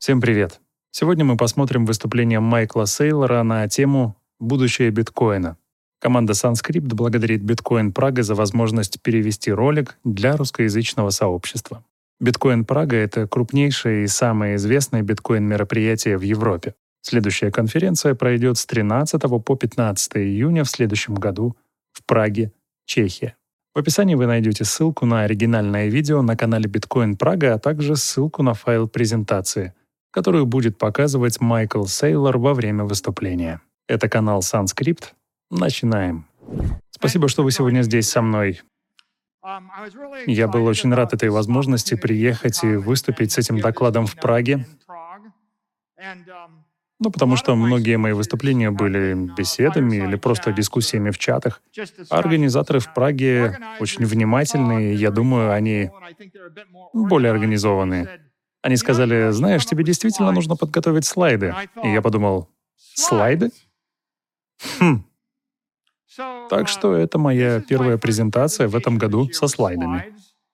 Всем привет! Сегодня мы посмотрим выступление Майкла Сейлора на тему «Будущее биткоина». Команда Sanskrit благодарит Bitcoin Praga за возможность перевести ролик для русскоязычного сообщества. Bitcoin Praga — это крупнейшее и самое известное биткоин-мероприятие в Европе. Следующая конференция пройдет с 13 по 15 июня в следующем году в Праге, Чехия. В описании вы найдете ссылку на оригинальное видео на канале Bitcoin Praga, а также ссылку на файл презентации, которую будет показывать Майкл Сейлор во время выступления. Это канал Sanskrit. Начинаем. Спасибо, что вы сегодня здесь со мной. Я был очень рад этой возможности приехать и выступить с этим докладом в Праге. Потому что многие мои выступления были беседами или просто дискуссиями в чатах. А организаторы в Праге очень внимательные, я думаю, они более организованные. Они сказали: «Знаешь, тебе действительно нужно подготовить слайды». И я подумал: слайды? Так что это моя первая презентация в этом году со слайдами.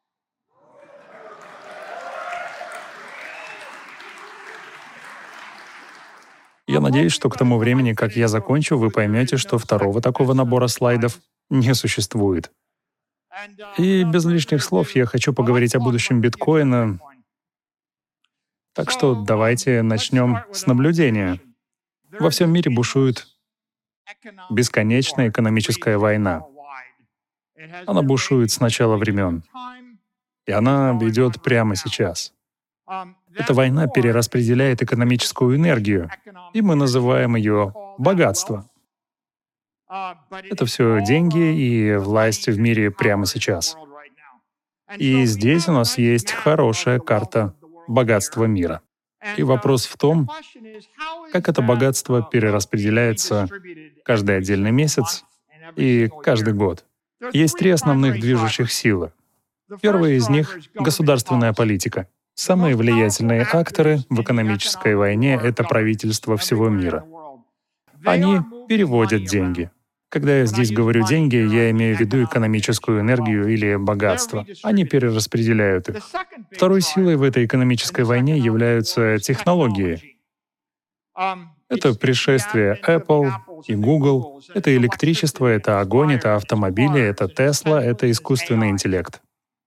Я надеюсь, что к тому времени, как я закончу, вы поймете, что второго такого набора слайдов не существует. И без лишних слов я хочу поговорить о будущем биткоина. Так что давайте начнем с наблюдения. Во всем мире бушует бесконечная экономическая война. Она бушует с начала времен. И она идет прямо сейчас. Эта война перераспределяет экономическую энергию, и мы называем ее богатство. Это все деньги и власть в мире прямо сейчас. И здесь у нас есть хорошая карта богатства мира. И вопрос в том, как это богатство перераспределяется каждый отдельный месяц и каждый год. Есть три основных движущих силы. Первая из них — государственная политика. Самые влиятельные акторы в экономической войне — это правительства всего мира. Они переводят деньги. Когда я здесь говорю «деньги», я имею в виду экономическую энергию или богатство. Они перераспределяют их. Второй силой в этой экономической войне являются технологии. Это пришествие Apple и Google, это электричество, это огонь, это автомобили, это Tesla, это искусственный интеллект.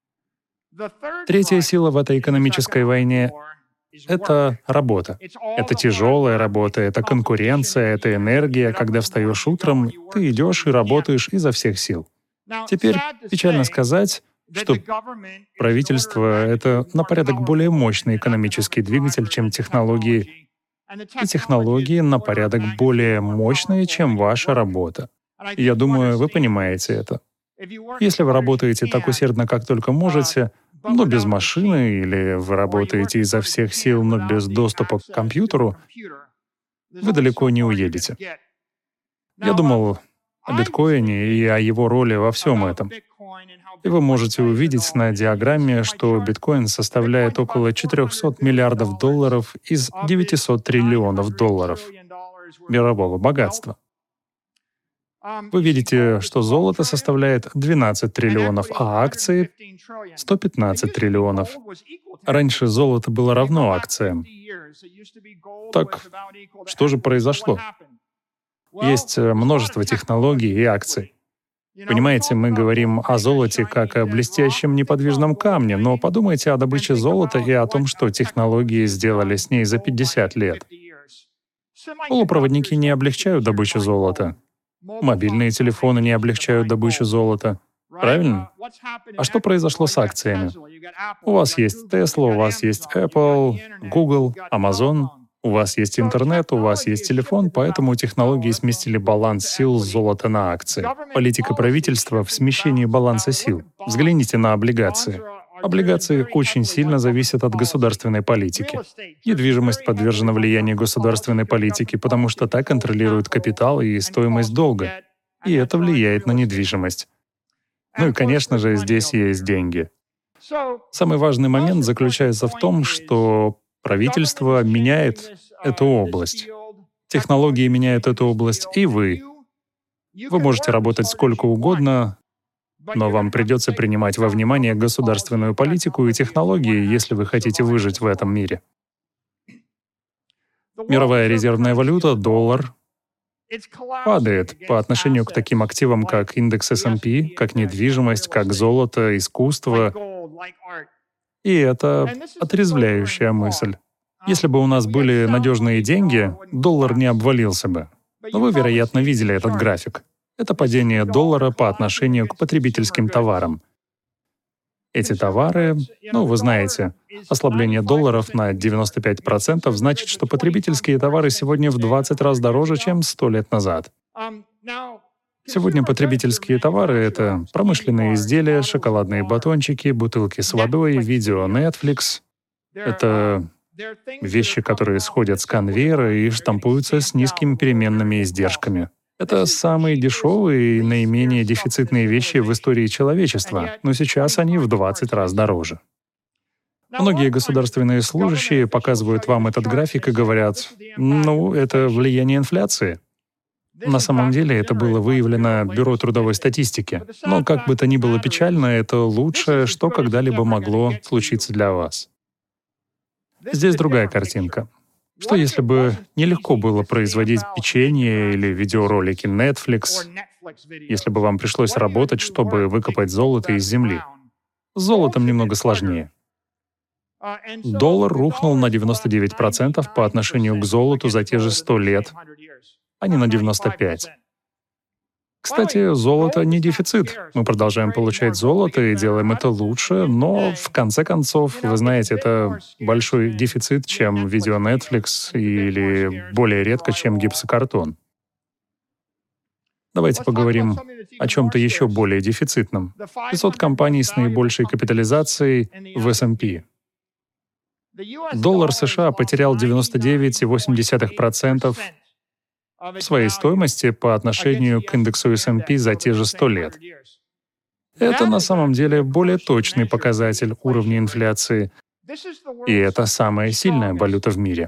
Третья сила в этой экономической войне — это работа. Это тяжелая работа, это конкуренция, это энергия. Когда встаешь утром, ты идешь и работаешь изо всех сил. Теперь печально сказать, что правительство — это на порядок более мощный экономический двигатель, чем технологии, и технологии на порядок более мощные, чем ваша работа. И я думаю, вы понимаете это. Если вы работаете так усердно, как только можете, но без машины, или вы работаете изо всех сил, но без доступа к компьютеру, вы далеко не уедете. Я думал о биткоине и о его роли во всем этом. И вы можете увидеть на диаграмме, что биткоин составляет около 400 миллиардов долларов из 900 триллионов долларов мирового богатства. Вы видите, что золото составляет 12 триллионов, а акции — 115 триллионов. Раньше золото было равно акциям. Так что же произошло? Есть множество технологий и акций. Понимаете, мы говорим о золоте как о блестящем неподвижном камне, но подумайте о добыче золота и о том, что технологии сделали с ней за 50 лет. Полупроводники не облегчают добычу золота. Мобильные телефоны не облегчают добычу золота. Правильно? А что произошло с акциями? У вас есть Tesla, у вас есть Apple, Google, Amazon, у вас есть интернет, у вас есть телефон, поэтому технологии сместили баланс сил с золота на акции. Политика правительства в смещении баланса сил. Взгляните на облигации. Облигации очень сильно зависят от государственной политики. Недвижимость подвержена влиянию государственной политики, потому что та контролирует капитал и стоимость долга. И это влияет на недвижимость. Ну и, конечно же, здесь есть деньги. Самый важный момент заключается в том, что правительство меняет эту область. Технологии меняют эту область, и вы. Вы можете работать сколько угодно, но вам придется принимать во внимание государственную политику и технологии, если вы хотите выжить в этом мире. Мировая резервная валюта, доллар, падает по отношению к таким активам, как индекс S&P, как недвижимость, как золото, искусство. И это отрезвляющая мысль. Если бы у нас были надежные деньги, доллар не обвалился бы. Но вы, вероятно, видели этот график. Это падение доллара по отношению к потребительским товарам. Эти товары, вы знаете, ослабление долларов на 95% значит, что потребительские товары сегодня в 20 раз дороже, чем 100 лет назад. Сегодня потребительские товары — это промышленные изделия, шоколадные батончики, бутылки с водой, видео Netflix. Это вещи, которые сходят с конвейера и штампуются с низкими переменными издержками. Это самые дешевые и наименее дефицитные вещи в истории человечества, но сейчас они в 20 раз дороже. Многие государственные служащие показывают вам этот график и говорят, это влияние инфляции. На самом деле это было выявлено Бюро трудовой статистики. Но как бы то ни было печально, это лучшее, что когда-либо могло случиться для вас. Здесь другая картинка. Что если бы нелегко было производить печенье или видеоролики Netflix, если бы вам пришлось работать, чтобы выкопать золото из земли? С золотом немного сложнее. Доллар рухнул на 99% по отношению к золоту за те же 100 лет, а не на 95%. Кстати, золото не дефицит. Мы продолжаем получать золото и делаем это лучше, но в конце концов, вы знаете, это большой дефицит, чем видео Netflix или более редко, чем гипсокартон. Давайте поговорим о чем-то еще более дефицитном. 500 компаний с наибольшей капитализацией в S&P. Доллар США потерял 99,8% своей стоимости по отношению к индексу S&P за те же 100 лет. Это на самом деле более точный показатель уровня инфляции, и это самая сильная валюта в мире.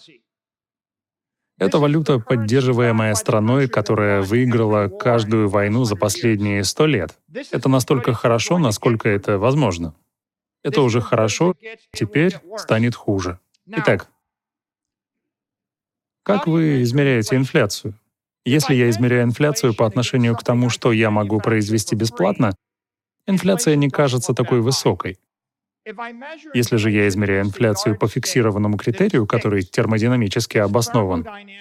Это валюта, поддерживаемая страной, которая выиграла каждую войну за последние 100 лет. Это настолько хорошо, насколько это возможно. Это уже хорошо, теперь станет хуже. Итак, как вы измеряете инфляцию? Если я измеряю инфляцию по отношению к тому, что я могу произвести бесплатно, инфляция не кажется такой высокой. Если же я измеряю инфляцию по фиксированному критерию, который термодинамически обоснован,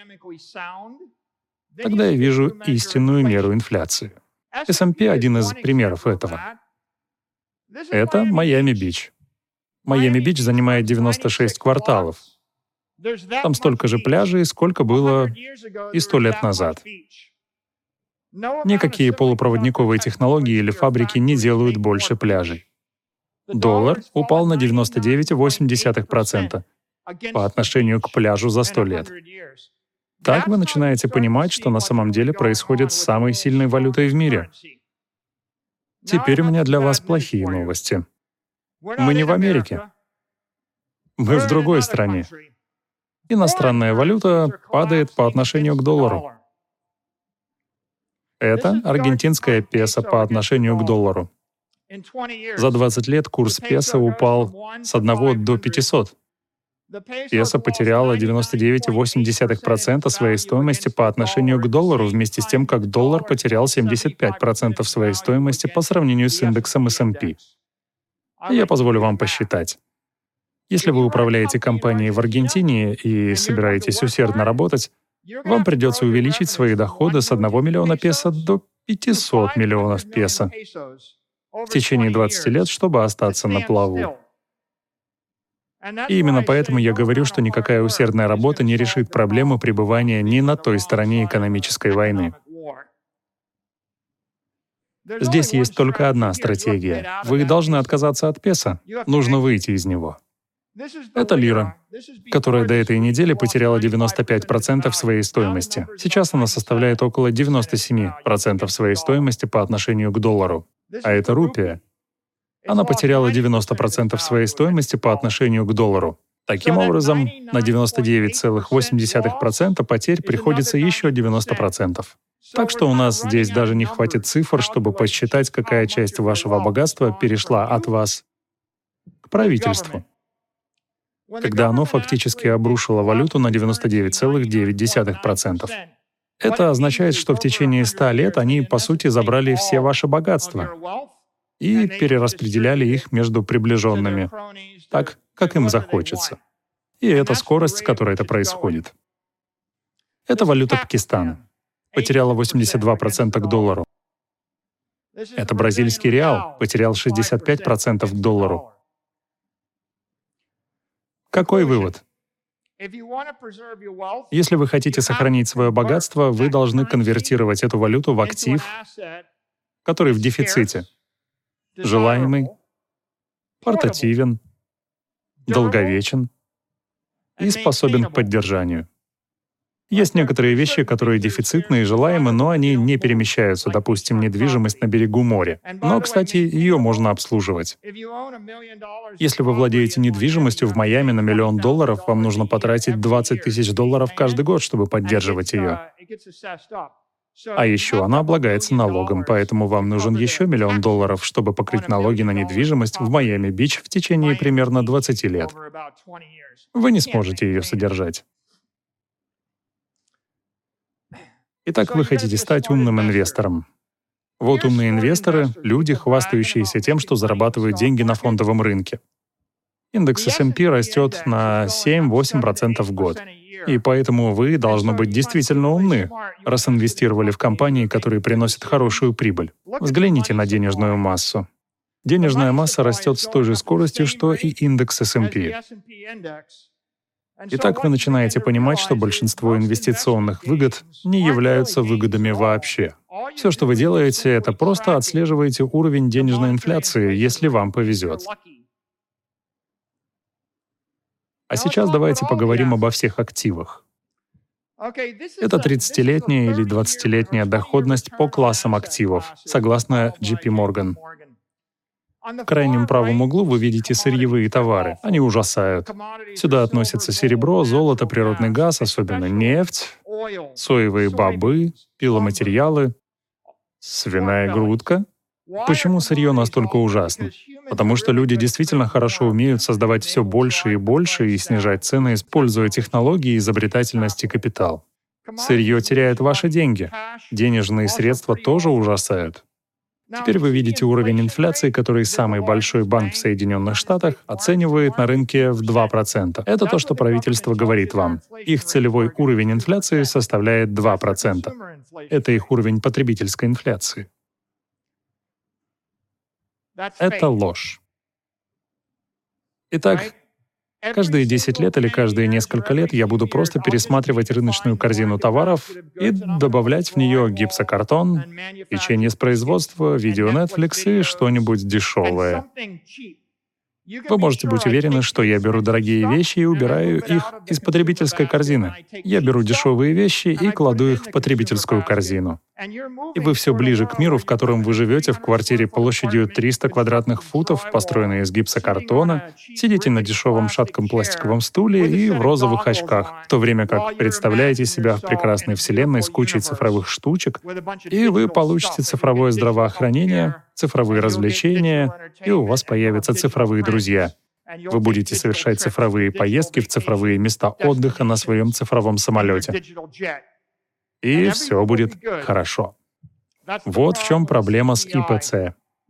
тогда я вижу истинную меру инфляции. S&P — один из примеров этого. Это Майами-Бич. Майами-Бич занимает 96 кварталов. Там столько же пляжей, сколько было и 100 лет назад. Никакие полупроводниковые технологии или фабрики не делают больше пляжей. Доллар упал на 99,8% по отношению к пляжу за 100 лет. Так вы начинаете понимать, что на самом деле происходит с самой сильной валютой в мире. Теперь у меня для вас плохие новости. Мы не в Америке. Мы в другой стране. Иностранная валюта падает по отношению к доллару. Это аргентинская песо по отношению к доллару. За 20 лет курс песо упал с 1 до 500. Песо потеряла 99,8% своей стоимости по отношению к доллару, вместе с тем, как доллар потерял 75% своей стоимости по сравнению с индексом S&P. Я позволю вам посчитать. Если вы управляете компанией в Аргентине и собираетесь усердно работать, вам придется увеличить свои доходы с 1 миллиона песо до 500 миллионов песо в течение 20 лет, чтобы остаться на плаву. И именно поэтому я говорю, что никакая усердная работа не решит проблему пребывания ни на той стороне экономической войны. Здесь есть только одна стратегия. Вы должны отказаться от песо. Нужно выйти из него. Это лира, которая до этой недели потеряла 95% своей стоимости. Сейчас она составляет около 97% своей стоимости по отношению к доллару. А это рупия. Она потеряла 90% своей стоимости по отношению к доллару. Таким образом, на 99,8% потерь приходится еще 90%. Так что у нас здесь даже не хватит цифр, чтобы посчитать, какая часть вашего богатства перешла от вас к правительству. когда оно фактически обрушило валюту на 99,9%. Это означает, что в течение 100 лет они, по сути, забрали все ваши богатства и перераспределяли их между приближенными, так, как им захочется. И это скорость, с которой это происходит. Это валюта Пакистана. Потеряла 82% к доллару. Это бразильский реал, потерял 65% к доллару. Какой вывод? Если вы хотите сохранить свое богатство, вы должны конвертировать эту валюту в актив, который в дефиците, желаемый, портативен, долговечен и способен к поддержанию. Есть некоторые вещи, которые дефицитны и желаемы, но они не перемещаются, допустим, недвижимость на берегу моря. Но, кстати, ее можно обслуживать. Если вы владеете недвижимостью в Майами на $1 миллион, вам нужно потратить $20 тысяч каждый год, чтобы поддерживать ее. А еще она облагается налогом, поэтому вам нужен еще $1 миллион, чтобы покрыть налоги на недвижимость в Майами-Бич в течение примерно 20 лет. Вы не сможете ее содержать. Итак, вы хотите стать умным инвестором. Вот умные инвесторы — люди, хвастающиеся тем, что зарабатывают деньги на фондовом рынке. Индекс S&P растет на 7-8% в год. И поэтому вы должны быть действительно умны, раз инвестировали в компании, которые приносят хорошую прибыль. Взгляните на денежную массу. Денежная масса растет с той же скоростью, что и индекс S&P. Итак, вы начинаете понимать, что большинство инвестиционных выгод не являются выгодами вообще. Все, что вы делаете, это просто отслеживаете уровень денежной инфляции, если вам повезет. А сейчас давайте поговорим обо всех активах. Это 30-летняя или 20-летняя доходность по классам активов, согласно JP Morgan. В крайнем правом углу вы видите сырьевые товары. Они ужасают. Сюда относятся серебро, золото, природный газ, особенно нефть, соевые бобы, пиломатериалы, свиная грудка. Почему сырье настолько ужасно? Потому что люди действительно хорошо умеют создавать все больше и больше и снижать цены, используя технологии, изобретательность и капитал. Сырье теряет ваши деньги. Денежные средства тоже ужасают. Теперь вы видите уровень инфляции, который самый большой банк в Соединенных Штатах оценивает на рынке в 2%. Это то, что правительство говорит вам. Их целевой уровень инфляции составляет 2%. Это их уровень потребительской инфляции. Это ложь. Итак, каждые 10 лет или каждые несколько лет я буду просто пересматривать рыночную корзину товаров и добавлять в нее гипсокартон, печенье с производства, видео Netflix и что-нибудь дешевое. Вы можете быть уверены, что я беру дорогие вещи и убираю их из потребительской корзины. Я беру дешевые вещи и кладу их в потребительскую корзину. И вы все ближе к миру, в котором вы живете в квартире площадью 300 квадратных футов, построенной из гипсокартона, сидите на дешевом шатком пластиковом стуле и в розовых очках, в то время как представляете себя в прекрасной вселенной с кучей цифровых штучек, и вы получите цифровое здравоохранение, цифровые развлечения, и у вас появятся цифровые друзья. Вы будете совершать цифровые поездки в цифровые места отдыха на своем цифровом самолете. И все будет хорошо. Вот в чем проблема с ИПЦ.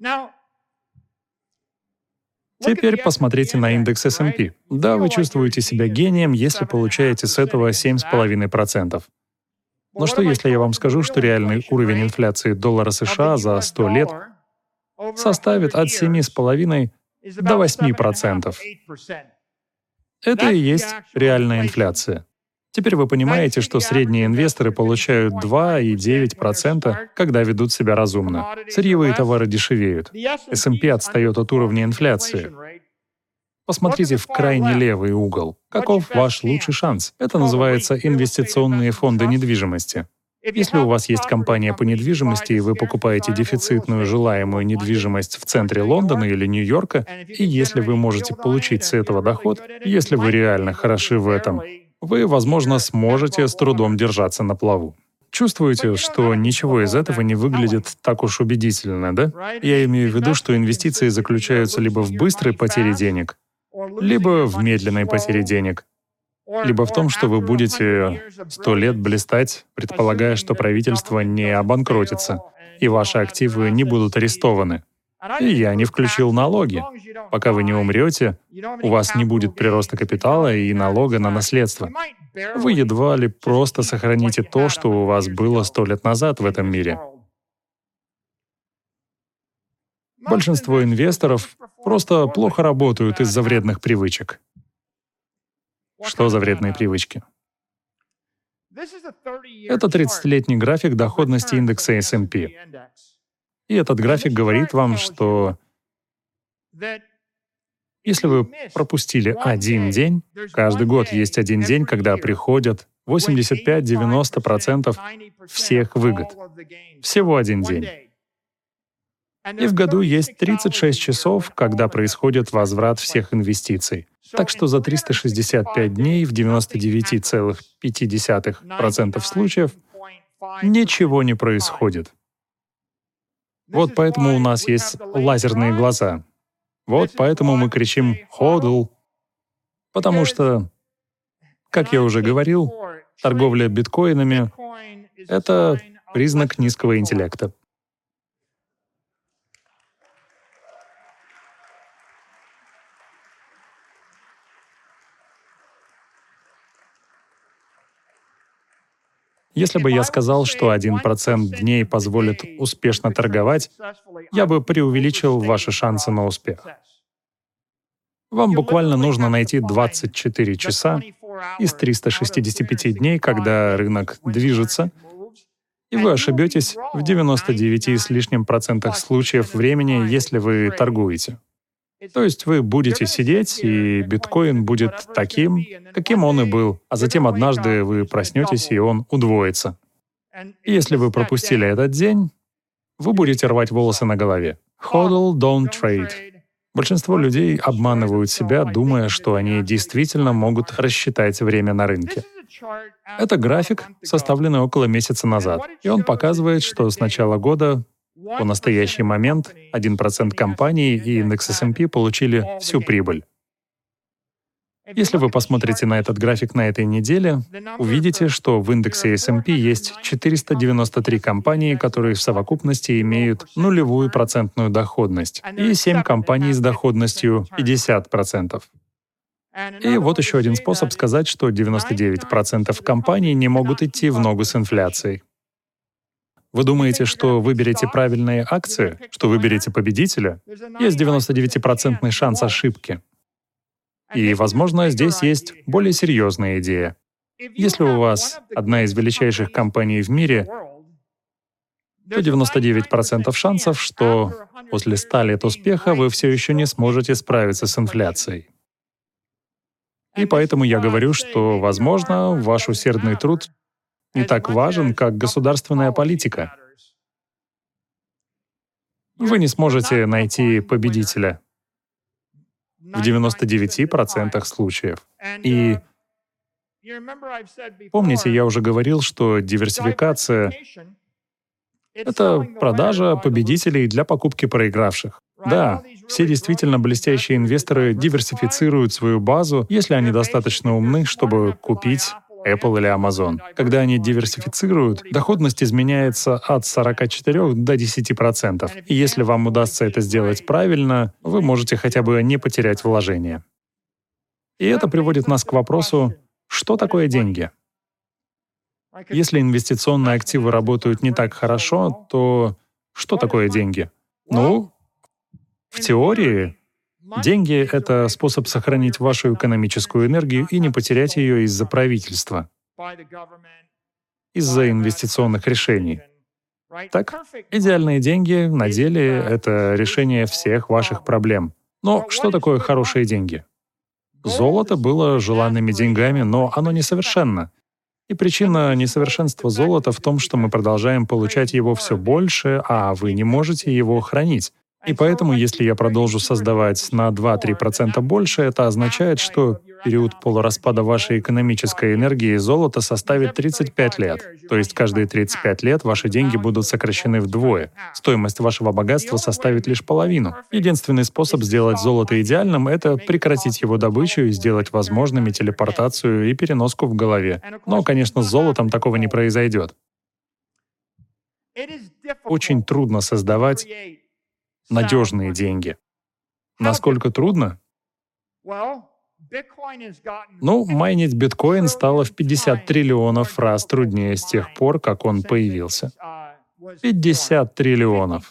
Теперь посмотрите на индекс S&P. Да, вы чувствуете себя гением, если получаете с этого 7,5%. Но что, если я вам скажу, что реальный уровень инфляции доллара США за 100 лет составит от 7,5% до 8%. Это и есть реальная инфляция. Теперь вы понимаете, что средние инвесторы получают 2,9%, когда ведут себя разумно. Сырьевые товары дешевеют. S&P отстает от уровня инфляции. Посмотрите в крайне левый угол. Каков ваш лучший шанс? Это называется инвестиционные фонды недвижимости. Если у вас есть компания по недвижимости, и вы покупаете дефицитную желаемую недвижимость в центре Лондона или Нью-Йорка, и если вы можете получить с этого доход, если вы реально хороши в этом, вы, возможно, сможете с трудом держаться на плаву. Чувствуете, что ничего из этого не выглядит так уж убедительно, да? Я имею в виду, что инвестиции заключаются либо в быстрой потере денег, либо в медленной потере денег, либо в том, что вы будете 100 лет блистать, предполагая, что правительство не обанкротится, и ваши активы не будут арестованы. И я не включил налоги. Пока вы не умрете, у вас не будет прироста капитала и налога на наследство. Вы едва ли просто сохраните то, что у вас было 100 лет назад в этом мире. Большинство инвесторов просто плохо работают из-за вредных привычек. Что за вредные привычки? Это 30-летний график доходности индекса S&P. И этот график говорит вам, что если вы пропустили один день, каждый год есть один день, когда приходят 85-90% всех выгод. Всего один день. И в году есть 36 часов, когда происходит возврат всех инвестиций. Так что за 365 дней в 99,5% случаев ничего не происходит. Вот поэтому у нас есть лазерные глаза. Вот поэтому мы кричим «ходл». Потому что, как я уже говорил, торговля биткоинами — это признак низкого интеллекта. Если бы я сказал, что 1% дней позволит успешно торговать, я бы преувеличил ваши шансы на успех. Вам буквально нужно найти 24 часа из 365 дней, когда рынок движется, и вы ошибетесь в 99 с лишним процентах случаев времени, если вы торгуете. То есть вы будете сидеть, и биткоин будет таким, каким он и был, а затем однажды вы проснетесь, и он удвоится. И если вы пропустили этот день, вы будете рвать волосы на голове. Hodl, don't trade. Большинство людей обманывают себя, думая, что они действительно могут рассчитать время на рынке. Это график, составленный около месяца назад, и он показывает, что с начала года по настоящий момент 1% компаний и индекс S&P получили всю прибыль. Если вы посмотрите на этот график на этой неделе, увидите, что в индексе S&P есть 493 компании, которые в совокупности имеют нулевую процентную доходность, и 7 компаний с доходностью 50%. И вот еще один способ сказать, что 99% компаний не могут идти в ногу с инфляцией. Вы думаете, что выберете правильные акции, что выберете победителя? Есть 99% шанс ошибки. И, возможно, здесь есть более серьезная идея. Если у вас одна из величайших компаний в мире, то 99% шансов, что после 100 лет успеха вы все еще не сможете справиться с инфляцией. И поэтому я говорю, что, возможно, ваш усердный труд не так важен, как государственная политика. Вы не сможете найти победителя в 99% случаев. И помните, я уже говорил, что диверсификация — это продажа победителей для покупки проигравших. Да, все действительно блестящие инвесторы диверсифицируют свою базу, если они достаточно умны, чтобы купить Apple или Amazon. Когда они диверсифицируют, доходность изменяется от 44 до 10%. И если вам удастся это сделать правильно, вы можете хотя бы не потерять вложения. И это приводит нас к вопросу, что такое деньги? Если инвестиционные активы работают не так хорошо, то что такое деньги? Ну, в теории, деньги — это способ сохранить вашу экономическую энергию и не потерять ее из-за правительства, из-за инвестиционных решений. Так, идеальные деньги на деле — это решение всех ваших проблем. Но что такое хорошие деньги? Золото было желанными деньгами, но оно несовершенно. И причина несовершенства золота в том, что мы продолжаем получать его все больше, а вы не можете его хранить. И поэтому, если я продолжу создавать на 2-3% больше, это означает, что период полураспада вашей экономической энергии золота составит 35 лет. То есть каждые 35 лет ваши деньги будут сокращены вдвое. Стоимость вашего богатства составит лишь половину. Единственный способ сделать золото идеальным — это прекратить его добычу и сделать возможными телепортацию и переноску в голове. Но, конечно, с золотом такого не произойдет. Очень трудно создавать надежные деньги. Насколько трудно? Майнить биткоин стало в 50 триллионов раз труднее с тех пор, как он появился. 50 триллионов.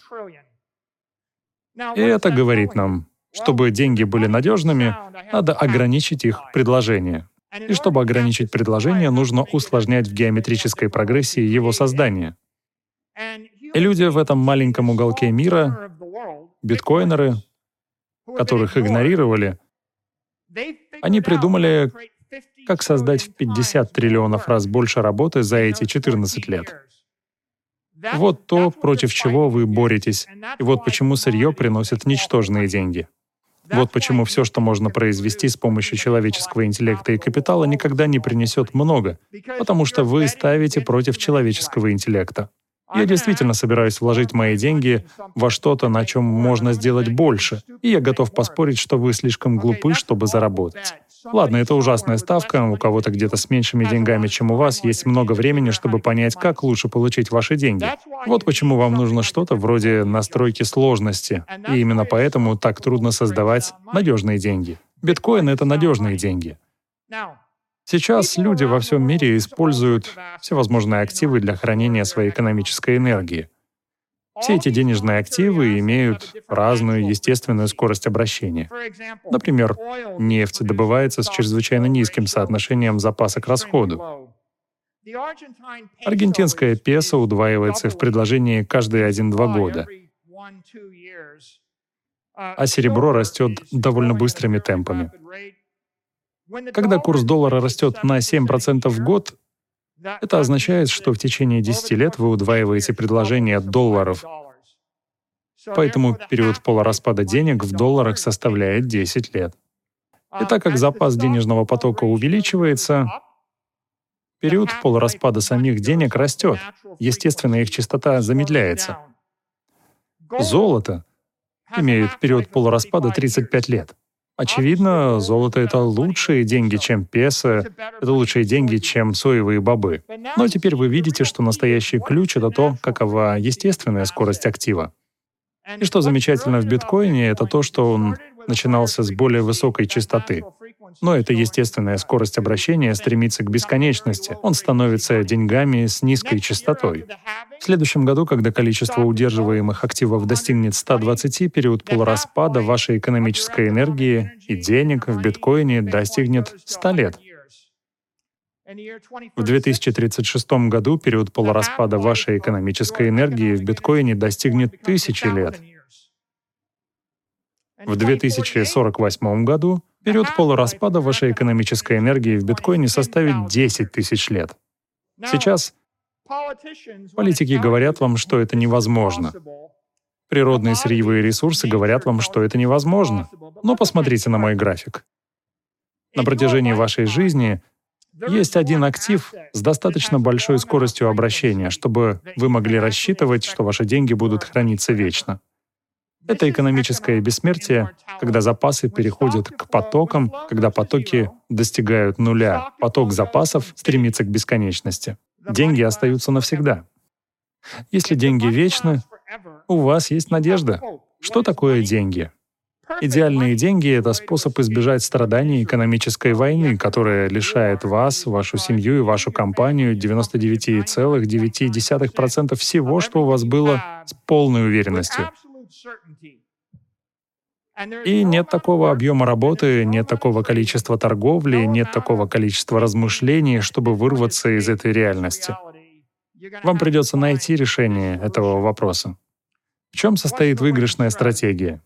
И это говорит нам, чтобы деньги были надежными, надо ограничить их предложение. И чтобы ограничить предложение, нужно усложнять в геометрической прогрессии его создание. И люди в этом маленьком уголке мира, биткоинеры, которых игнорировали, они придумали, как создать в 50 триллионов раз больше работы за эти 14 лет. Вот то, против чего вы боретесь. И вот почему сырье приносит ничтожные деньги. Вот почему все, что можно произвести с помощью человеческого интеллекта и капитала, никогда не принесет много, потому что вы ставите против человеческого интеллекта. Я действительно собираюсь вложить мои деньги во что-то, на чем можно сделать больше, и я готов поспорить, что вы слишком глупы, чтобы заработать. Ладно, это ужасная ставка, у кого-то где-то с меньшими деньгами, чем у вас, есть много времени, чтобы понять, как лучше получить ваши деньги. Вот почему вам нужно что-то вроде настройки сложности, и именно поэтому так трудно создавать надежные деньги. Биткоин — это надежные деньги. Сейчас люди во всем мире используют всевозможные активы для хранения своей экономической энергии. Все эти денежные активы имеют разную естественную скорость обращения. Например, нефть добывается с чрезвычайно низким соотношением запаса к расходу. Аргентинская песо удваивается в предложении каждые 1-2 года, а серебро растет довольно быстрыми темпами. Когда курс доллара растет на 7% в год, это означает, что в течение 10 лет вы удваиваете предложение долларов. Поэтому период полураспада денег в долларах составляет 10 лет. И так как запас денежного потока увеличивается, период полураспада самих денег растет. Естественно, их частота замедляется. Золото имеет период полураспада 35 лет. Очевидно, золото — это лучшие деньги, чем песо, это лучшие деньги, чем соевые бобы. Но теперь вы видите, что настоящий ключ — это то, какова естественная скорость актива. И что замечательно в биткоине, это то, что он начинался с более высокой частоты. Но эта естественная скорость обращения стремится к бесконечности. Он становится деньгами с низкой частотой. В следующем году, когда количество удерживаемых активов достигнет 120, период полураспада вашей экономической энергии и денег в биткоине достигнет 100 лет. В 2036 году период полураспада вашей экономической энергии в биткоине достигнет 1000 лет. В 2048 году период полураспада вашей экономической энергии в биткоине составит 10 тысяч лет. Сейчас политики говорят вам, что это невозможно. Природные сырьевые ресурсы говорят вам, что это невозможно. Но посмотрите на мой график. На протяжении вашей жизни есть один актив с достаточно большой скоростью обращения, чтобы вы могли рассчитывать, что ваши деньги будут храниться вечно. Это экономическое бессмертие, когда запасы переходят к потокам, когда потоки достигают нуля. Поток запасов стремится к бесконечности. Деньги остаются навсегда. Если деньги вечны, у вас есть надежда. Что такое деньги? Идеальные деньги — это способ избежать страданий экономической войны, которая лишает вас, вашу семью и вашу компанию 99,9% всего, что у вас было, с полной уверенностью. И нет такого объема работы, нет такого количества торговли, нет такого количества размышлений, чтобы вырваться из этой реальности. Вам придется найти решение этого вопроса. В чем состоит выигрышная стратегия?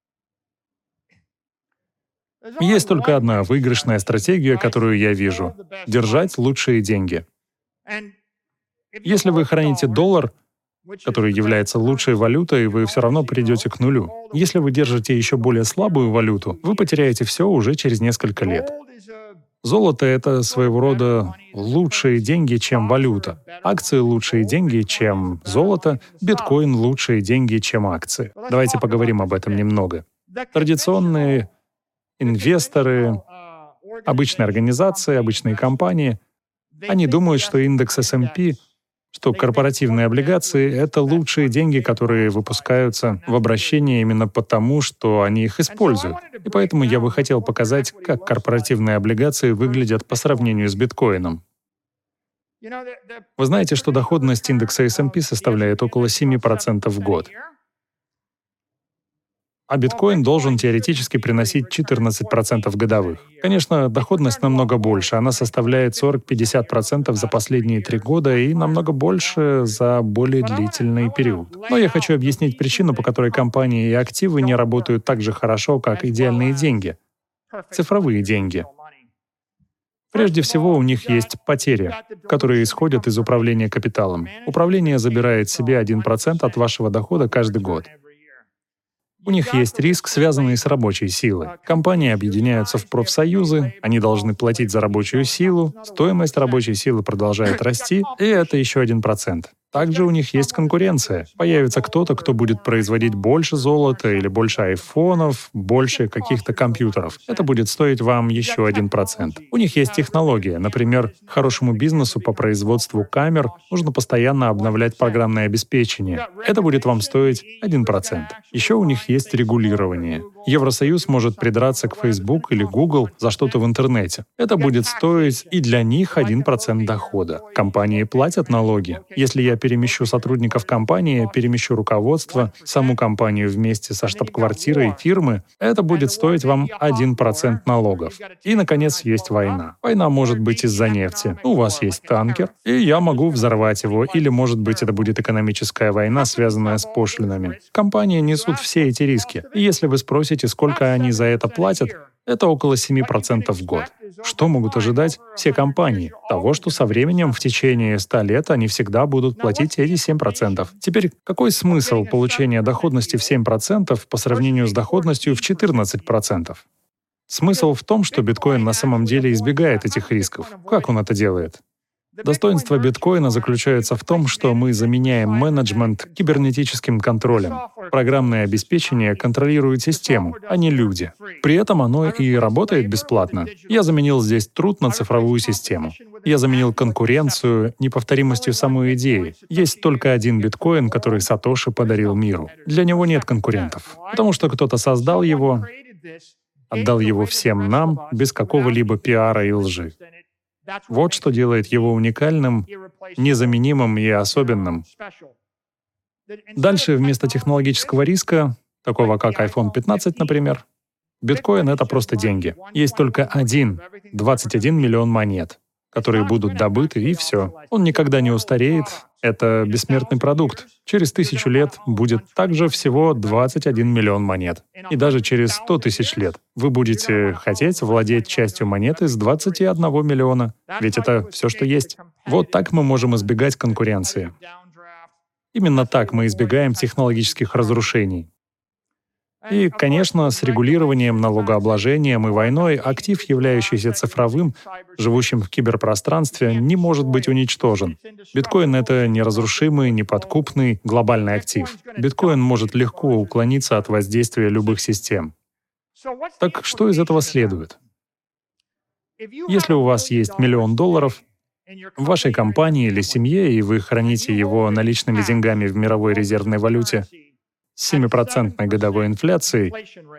Есть только одна выигрышная стратегия, которую я вижу — держать лучшие деньги. Если вы храните доллар, который является лучшей валютой, вы все равно придете к нулю. Если вы держите еще более слабую валюту, вы потеряете все уже через несколько лет. Золото — это своего рода лучшие деньги, чем валюта. Акции — лучшие деньги, чем золото. Биткоин — лучшие деньги, чем акции. Давайте поговорим об этом немного. Традиционные инвесторы, обычные организации, обычные компании, они думают, что индекс S&P, что корпоративные облигации — это лучшие деньги, которые выпускаются в обращении именно потому, что они их используют. И поэтому я бы хотел показать, как корпоративные облигации выглядят по сравнению с биткоином. Вы знаете, что доходность индекса S&P составляет около 7% в год. А биткоин должен теоретически приносить 14% годовых. Конечно, доходность намного больше. Она составляет 40-50% за последние 3 года и намного больше за более длительный период. Но я хочу объяснить причину, по которой компании и активы не работают так же хорошо, как идеальные деньги. Цифровые деньги. Прежде всего, у них есть потери, которые исходят из управления капиталом. Управление забирает себе 1% от вашего дохода каждый год. У них есть риск, связанный с рабочей силой. Компании объединяются в профсоюзы, они должны платить за рабочую силу, стоимость рабочей силы продолжает расти, и это еще 1%. Также у них есть конкуренция. Появится кто-то, кто будет производить больше золота или больше айфонов, больше каких-то компьютеров. Это будет стоить вам еще 1%. У них есть технология. Например, хорошему бизнесу по производству камер нужно постоянно обновлять программное обеспечение. Это будет вам стоить 1%. Еще у них есть регулирование. Евросоюз может придраться к Facebook или Google за что-то в интернете. Это будет стоить и для них 1% дохода. Компании платят налоги. Если я перемещу сотрудников компании, перемещу руководство, саму компанию вместе со штаб-квартирой фирмы, это будет стоить вам 1% налогов. И, наконец, есть война. Война может быть из-за нефти. У вас есть танкер, и я могу взорвать его, или, может быть, это будет экономическая война, связанная с пошлинами. Компании несут все эти риски. И если вы спросите, сколько они за это платят, это около 7% в год. Что могут ожидать все компании? Того, что со временем, в течение 100 лет, они всегда будут платить эти 7%. Теперь, какой смысл получения доходности в 7% по сравнению с доходностью в 14%? Смысл в том, что биткоин на самом деле избегает этих рисков. Как он это делает? Достоинство биткоина заключается в том, что мы заменяем менеджмент кибернетическим контролем. Программное обеспечение контролирует систему, а не люди. При этом оно и работает бесплатно. Я заменил здесь труд на цифровую систему. Я заменил конкуренцию неповторимостью самой идеи. Есть только один биткоин, который Сатоши подарил миру. Для него нет конкурентов, потому что кто-то создал его, отдал его всем нам без какого-либо пиара и лжи. Вот что делает его уникальным, незаменимым и особенным. Дальше вместо технологического риска, такого как iPhone 15, например, биткоин — это просто деньги. Есть только 21 миллион монет, которые будут добыты, и все. Он никогда не устареет. Это бессмертный продукт. Через 1000 лет будет также всего 21 миллион монет. И даже через 100 тысяч лет вы будете хотеть владеть частью монеты с 21 миллиона. Ведь это все, что есть. Вот так мы можем избегать конкуренции. Именно так мы избегаем технологических разрушений. И, конечно, с регулированием, налогообложением и войной актив, являющийся цифровым, живущим в киберпространстве, не может быть уничтожен. Биткоин — это неразрушимый, неподкупный, глобальный актив. Биткоин может легко уклониться от воздействия любых систем. Так что из этого следует? Если у вас есть $1 миллион в вашей компании или семье, и вы храните его наличными деньгами в мировой резервной валюте, с 7% годовой инфляцией,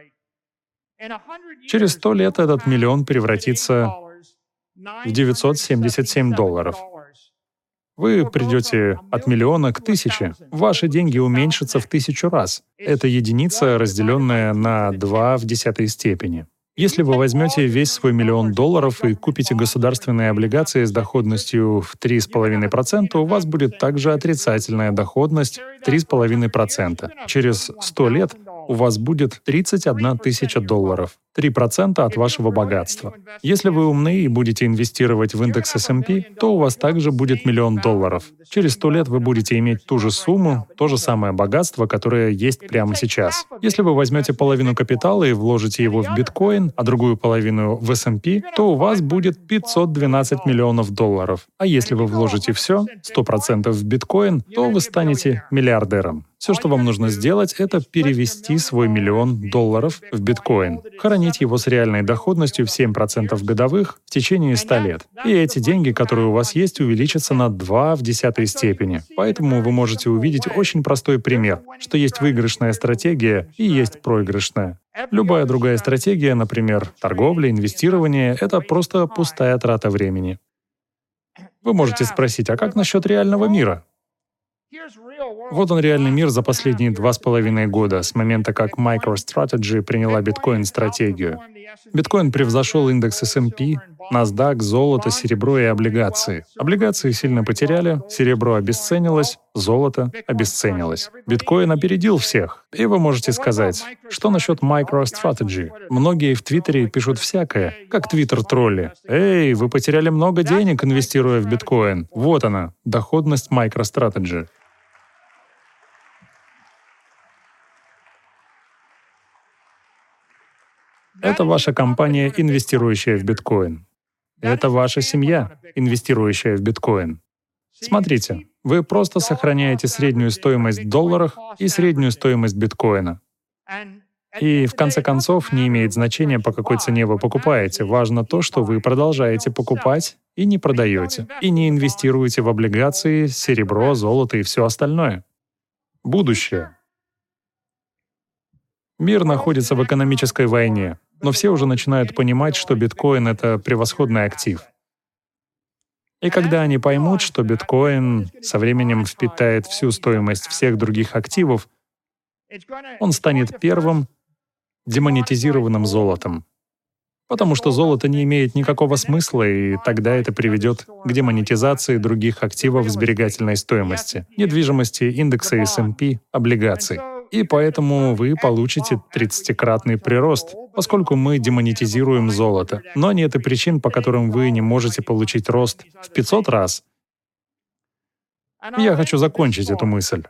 через 100 лет этот миллион превратится в $977. Вы придете от миллиона к 1000. Ваши деньги уменьшатся в 1000 раз. Это единица, разделенная на 2 в 10-й степени. Если вы возьмете весь свой $1 миллион и купите государственные облигации с доходностью в 3,5%, у вас будет также отрицательная доходность 3,5%. Через 100 лет у вас будет 31 тысяча долларов, 3% от вашего богатства. Если вы умны и будете инвестировать в индекс S&P, то у вас также будет $1 миллион. Через 100 лет вы будете иметь ту же сумму, то же самое богатство, которое есть прямо сейчас. Если вы возьмете половину капитала и вложите его в биткоин, а другую половину в S&P, то у вас будет 512 миллионов долларов. А если вы вложите все, 100% в биткоин, то вы станете миллиардером. Все, что вам нужно сделать, это перевести свой $1 миллион в биткоин, хранить его с реальной доходностью в 7% годовых в течение 100 лет. И эти деньги, которые у вас есть, увеличатся на 2 в 10-й степени. Поэтому вы можете увидеть очень простой пример, что есть выигрышная стратегия и есть проигрышная. Любая другая стратегия, например, торговля, инвестирование, это просто пустая трата времени. Вы можете спросить, а как насчет реального мира? Вот он реальный мир за последние 2,5 года, с момента, как MicroStrategy приняла биткоин-стратегию. Биткоин превзошел индекс S&P, NASDAQ, золото, серебро и облигации. Облигации сильно потеряли, серебро обесценилось, золото обесценилось. Биткоин опередил всех. И вы можете сказать, что насчет MicroStrategy? Многие в Твиттере пишут всякое, как Твиттер-тролли. «Эй, вы потеряли много денег, инвестируя в биткоин. Вот она, доходность MicroStrategy». Это ваша компания, инвестирующая в биткоин. Это ваша семья, инвестирующая в биткоин. Смотрите, вы просто сохраняете среднюю стоимость в долларах и среднюю стоимость биткоина. И в конце концов не имеет значения, по какой цене вы покупаете. Важно то, что вы продолжаете покупать и не продаете, и не инвестируете в облигации, серебро, золото и все остальное. Будущее. Мир находится в экономической войне, но все уже начинают понимать, что биткоин — это превосходный актив. И когда они поймут, что биткоин со временем впитает всю стоимость всех других активов, он станет первым демонетизированным золотом. Потому что золото не имеет никакого смысла, и тогда это приведет к демонетизации других активов сберегательной стоимости, недвижимости, индекса S&P, облигаций. И поэтому вы получите 30-кратный прирост, поскольку мы демонетизируем золото. Но нет и причин, по которым вы не можете получить рост в 500 раз. Я хочу закончить эту мысль.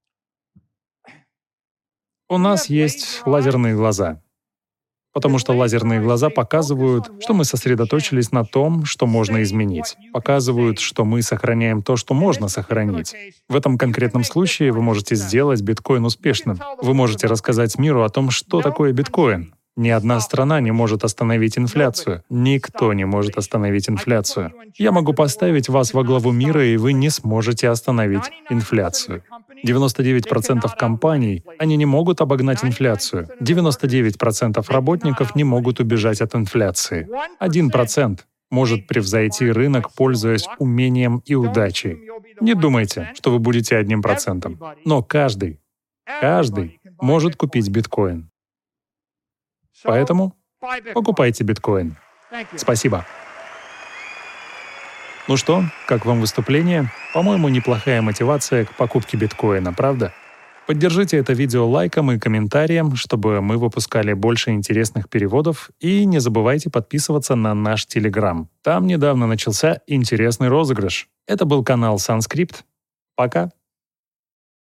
У нас есть лазерные глаза. Потому что лазерные глаза показывают, что мы сосредоточились на том, что можно изменить. Показывают, что мы сохраняем то, что можно сохранить. В этом конкретном случае вы можете сделать биткоин успешным. Вы можете рассказать миру о том, что такое биткоин. Ни одна страна не может остановить инфляцию. Никто не может остановить инфляцию. Я могу поставить вас во главу мира, и вы не сможете остановить инфляцию. 99% компаний, они не могут обогнать инфляцию. 99% работников не могут убежать от инфляции. 1% может превзойти рынок, пользуясь умением и удачей. Не думайте, что вы будете 1%. Но каждый может купить биткоин. Поэтому покупайте биткоин. Спасибо. Ну что, как вам выступление? По-моему, неплохая мотивация к покупке биткоина, правда? Поддержите это видео лайком и комментарием, чтобы мы выпускали больше интересных переводов, и не забывайте подписываться на наш Telegram. Там недавно начался интересный розыгрыш. Это был канал Санскрипт. Пока!